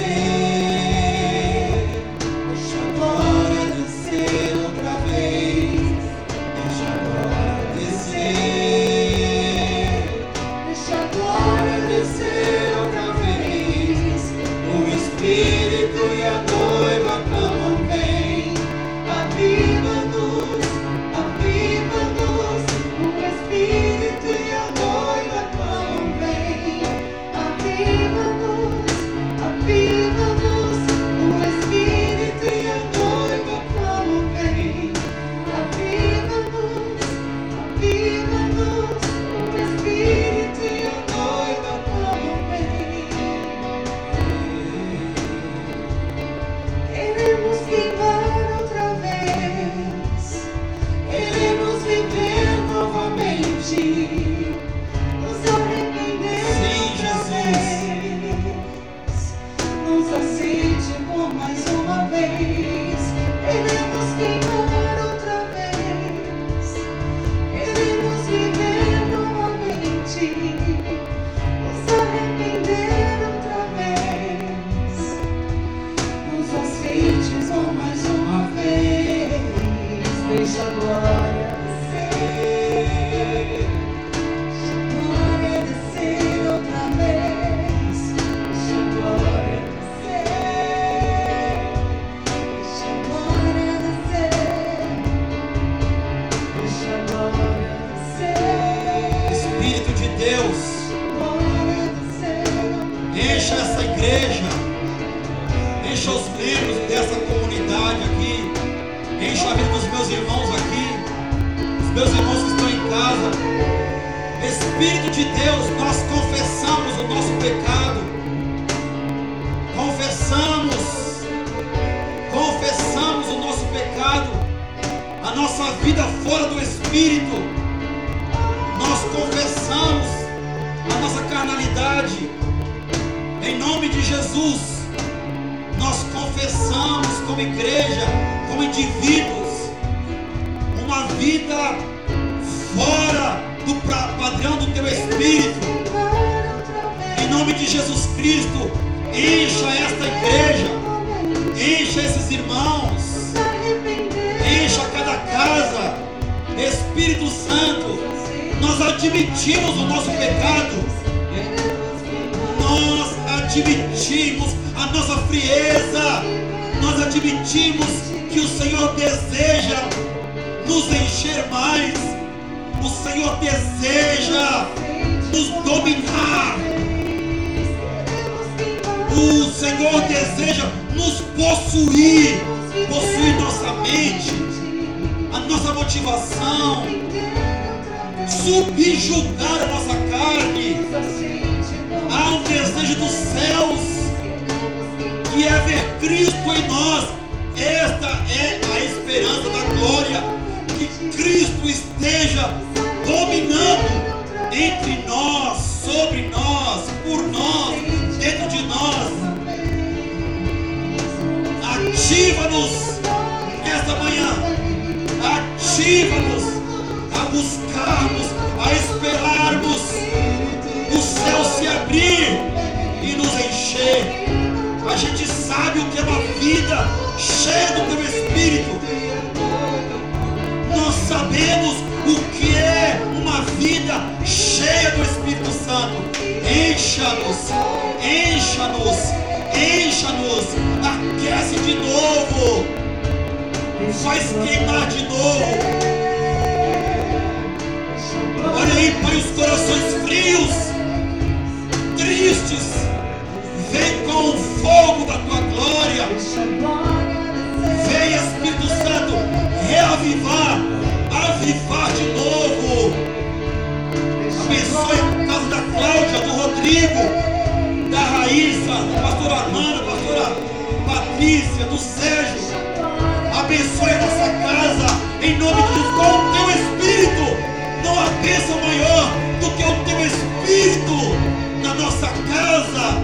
descer, deixa a glória descer outra vez. Deixa a glória descer, deixa a glória descer outra vez. O Espírito e a noiva clamam, vem. Aviva-nos, aviva-nos. O Espírito e a noiva clamam, vem. Aviva-nos, aviva-nos. O Espírito e a noiva clamam, vem. Aviva-nos, aviva-nos. O Espírito e a noiva clamam, vem. Queremos queimar outra vez, queremos viver novamente, nos arrepender Sim, outra vez, nos aceite por mais uma vez. Queremos queimar outra vez, queremos viver novamente, nos arrepender outra vez. Nos aceites por mais uma vez. Deixa a glória descer, deixa a glória descer outra vez. Deixa a glória descer, deixa a glória descer, deixa a glória descer. Espírito de Deus, Glória descer. encha essa igreja, encha os membros dessa comunidade aqui, encha a vida dos meus irmãos aqui, os meus irmãos que estão em casa. Espírito de Deus, nós confessamos o nosso pecado, confessamos, confessamos o nosso pecado, a nossa vida fora do Espírito. Nós confessamos a nossa carnalidade. Em nome de Jesus, nós confessamos como igreja, como indivíduos, uma vida fora do, pra, padrão do teu Espírito. Em nome de Jesus Cristo, encha esta igreja, encha esses irmãos, encha cada casa. Espírito Santo, nós admitimos o nosso pecado, nós admitimos a nossa frieza, nós admitimos que o Senhor deseja nos encher mais, o Senhor deseja nos dominar, o Senhor deseja nos possuir, possuir nossa mente, a nossa motivação, subjugar a nossa carne. Há um desejo dos céus, que é ver Cristo em nós. Esta é a esperança da glória, que Cristo esteja dominando entre nós, sobre nós, por nós, dentro de nós. Ativa-nos esta manhã, ativa-nos a buscarmos, a esperarmos o céu se abrir e nos encher. A gente sabe o que é uma vida cheia do teu Espírito. Nós sabemos o que é uma vida cheia do Espírito Santo. Encha-nos, encha-nos, encha-nos, aquece de novo, faz queimar de novo. Olha aí, Pai, os corações frios, tristes, vem com o fogo da tua glória. Vem, Espírito Santo, reavivar, avivar de novo. Abençoe a casa da Cláudia, do Rodrigo, da Raíssa, da pastora Armanda, da pastora Patrícia, do Sérgio. Abençoe a nossa casa, em nome de Jesus, com o teu Espírito. Não há bênção maior do que o teu Espírito na nossa casa.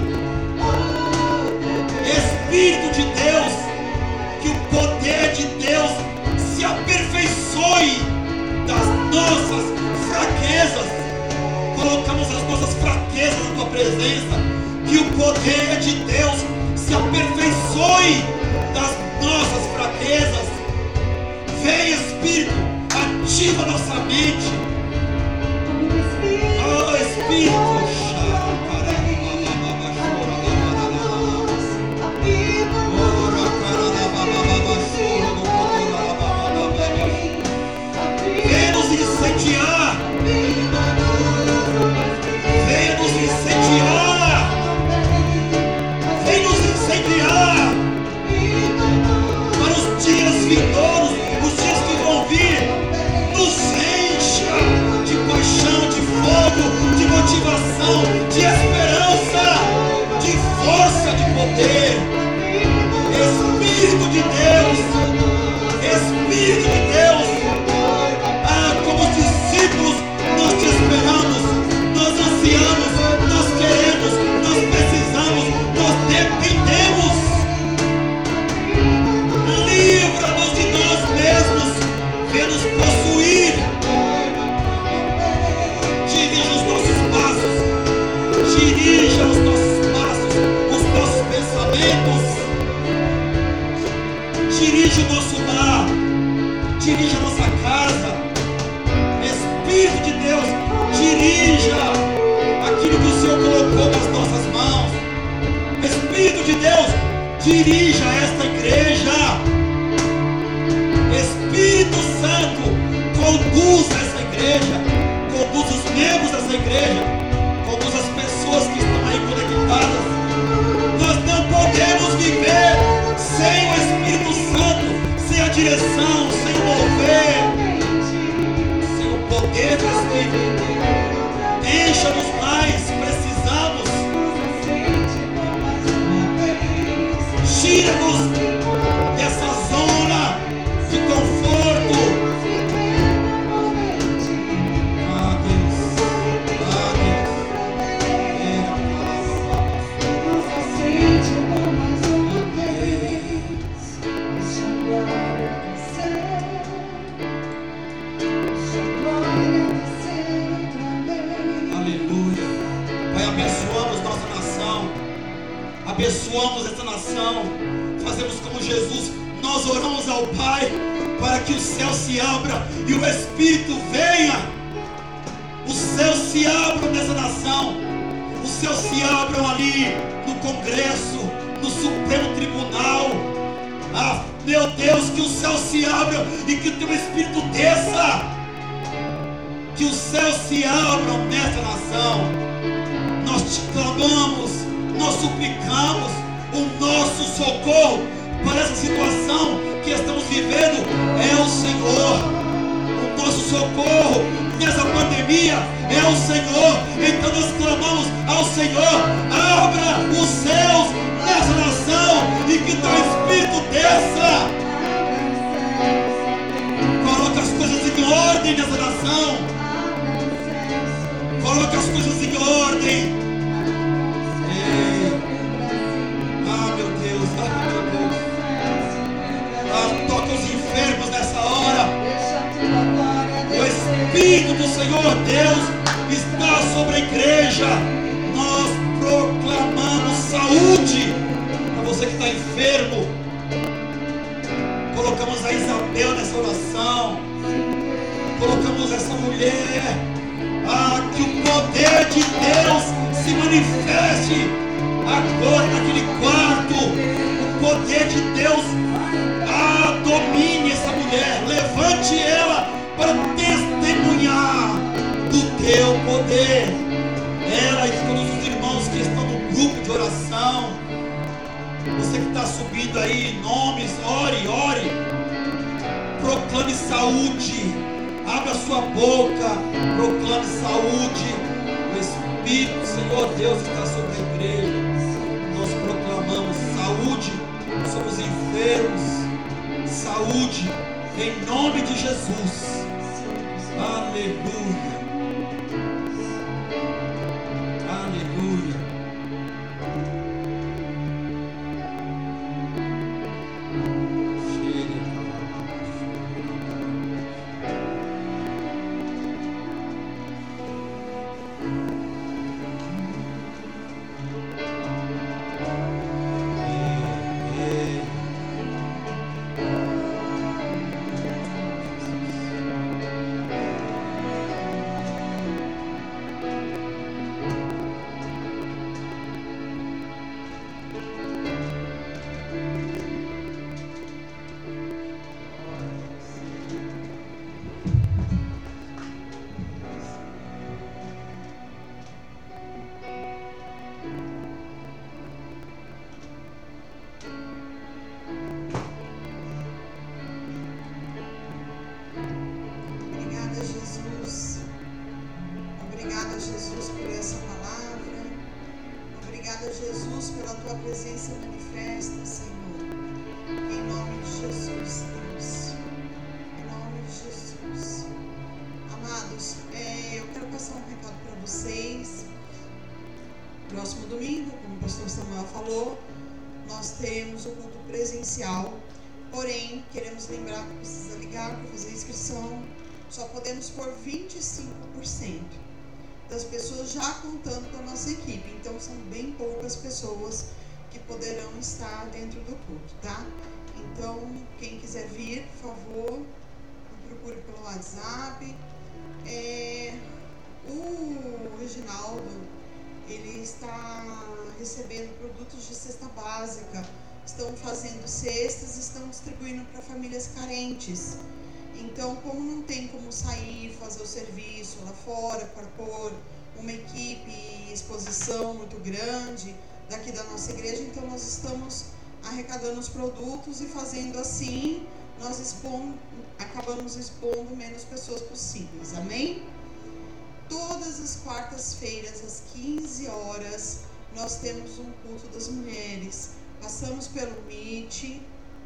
Espírito de Deus, que o poder de Deus se aperfeiçoe das nossas fraquezas. Colocamos as nossas fraquezas na tua presença, que o poder de Deus se aperfeiçoe das nossas fraquezas. Vem, Espírito, ativa nossa mente. Oh, Espírito, venha nos incendiar, venha nos incendiar, venha nos incendiar para os dias vindouros, os dias que vão vir. Nos encha de paixão, de fogo, de motivação, de esperança, de força, de poder. Espírito de Deus, Espírito de Deus, ah, como os discípulos, nós te esperamos, nós ansiamos, nós queremos, nós precisamos, nós dependemos. Livra-nos de nós mesmos, vem nos possuir. Dirija os nossos passos, dirija os nossos passos, os nossos pensamentos. Dirige o nosso lar, dirige a nossa casa. Espírito de Deus, dirija aquilo que o Senhor colocou nas nossas mãos. Espírito de Deus, dirija esta igreja. Espírito Santo, conduz essa igreja, conduz os membros dessa igreja, conduz as pessoas que estão aí conectadas. Nós não podemos viver sem o Espírito Santo, sem a direção, sem o mover, sem o poder do Espírito. Encha-nos mais, precisamos. Tira-nos dessa zona de conforto. Ah, Deus, ah, Deus. oração, fazemos como Jesus, nós oramos ao Pai para que o céu se abra e o Espírito venha. Os céus se abram nessa nação, os céus se abram ali no Congresso, no Supremo Tribunal. Ah, meu Deus, que os céus se abram e que o teu Espírito desça, que os céus se abram nessa nação. Nós te clamamos, nós suplicamos o nosso socorro para essa situação que estamos vivendo. É o Senhor. O nosso socorro nessa pandemia é o Senhor. Então nós clamamos ao Senhor: abra os céus nessa nação e que teu Espírito desça. Coloca as coisas em ordem nessa nação. Coloca as coisas em ordem. Ei. Ah, meu Deus, ah, meu Deus. Ah, toca os enfermos nessa hora. O Espírito do Senhor Deus está sobre a igreja. Nós proclamamos saúde para você que está enfermo. Colocamos a Isabel nessa oração. Colocamos essa mulher. Ah, que o poder de Deus se manifeste agora naquele quarto. O poder de Deus, ah, domine essa mulher. Levante ela para testemunhar do teu poder. Ela e todos os irmãos que estão no grupo de oração. Você que está subindo aí nomes, ore, ore. Proclame saúde. Abra sua boca, proclame saúde. O Espírito do Senhor Deus está sobre a igreja. Nós proclamamos saúde. Somos enfermos. Saúde em nome de Jesus. Aleluia. Aleluia. Porém, queremos lembrar que precisa ligar para fazer a inscrição. Só podemos pôr vinte e cinco por cento das pessoas já contando com a nossa equipe. Então, são bem poucas pessoas que poderão estar dentro do culto, tá? Então, quem quiser vir, por favor, me procure pelo WhatsApp. É, o Reginaldo, ele está recebendo produtos de cesta básica. Estão fazendo cestas, estão distribuindo para famílias carentes. Então, como não tem como sair, fazer o serviço lá fora, para pôr uma equipe e exposição muito grande daqui da nossa igreja, então nós estamos arrecadando os produtos e fazendo assim, nós expondo, acabamos expondo menos pessoas possíveis. Amém? Todas as quartas-feiras, às quinze horas, nós temos um culto das mulheres. Passamos pelo Meet,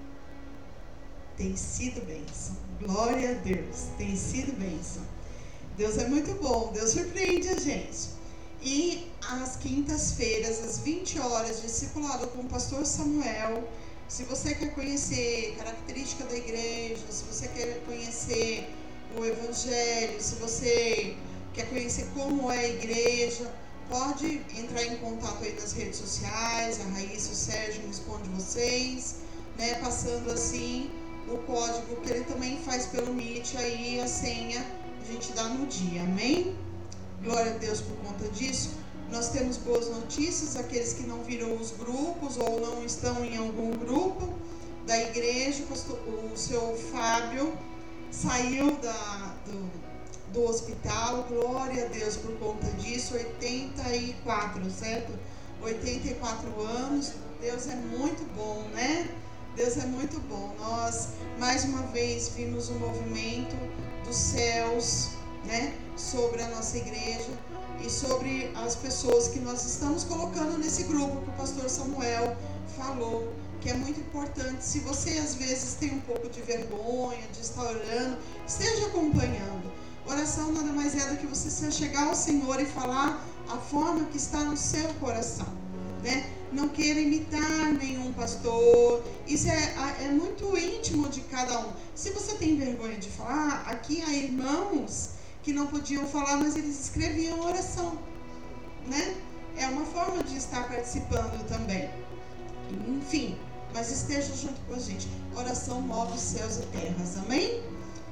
tem sido bênção, glória a Deus, tem sido bênção. Deus é muito bom, Deus surpreende a gente. E às quintas-feiras, às vinte horas, discipulado com o pastor Samuel. Se você quer conhecer característica da igreja, se você quer conhecer o evangelho, se você quer conhecer como é a igreja, pode entrar em contato aí nas redes sociais, a Raíssa e o Sérgio respondem vocês, né, passando assim o código que ele também faz pelo Meet, aí a senha a gente dá no dia, amém? Glória a Deus por conta disso. Nós temos boas notícias, aqueles que não viram os grupos ou não estão em algum grupo da igreja, o seu Fábio saiu da, do, do hospital, glória a Deus por conta disso, oitenta e quatro, certo? oitenta e quatro anos, Deus é muito bom, né? Deus é muito bom. Nós, mais uma vez, vimos o movimento dos céus, né, sobre a nossa igreja e sobre as pessoas que nós estamos colocando nesse grupo que o pastor Samuel falou, que é muito importante. Se você às vezes tem um pouco de vergonha de estar orando, esteja acompanhando. Oração nada mais é do que você chegar ao Senhor e falar a forma que está no seu coração, né? Não queira imitar nenhum pastor, isso é, é muito íntimo de cada um. Se você tem vergonha de falar, aqui há irmãos que não podiam falar, mas eles escreviam oração, né? É uma forma de estar participando também. Enfim, mas esteja junto com a gente. Oração move os céus e terras, amém?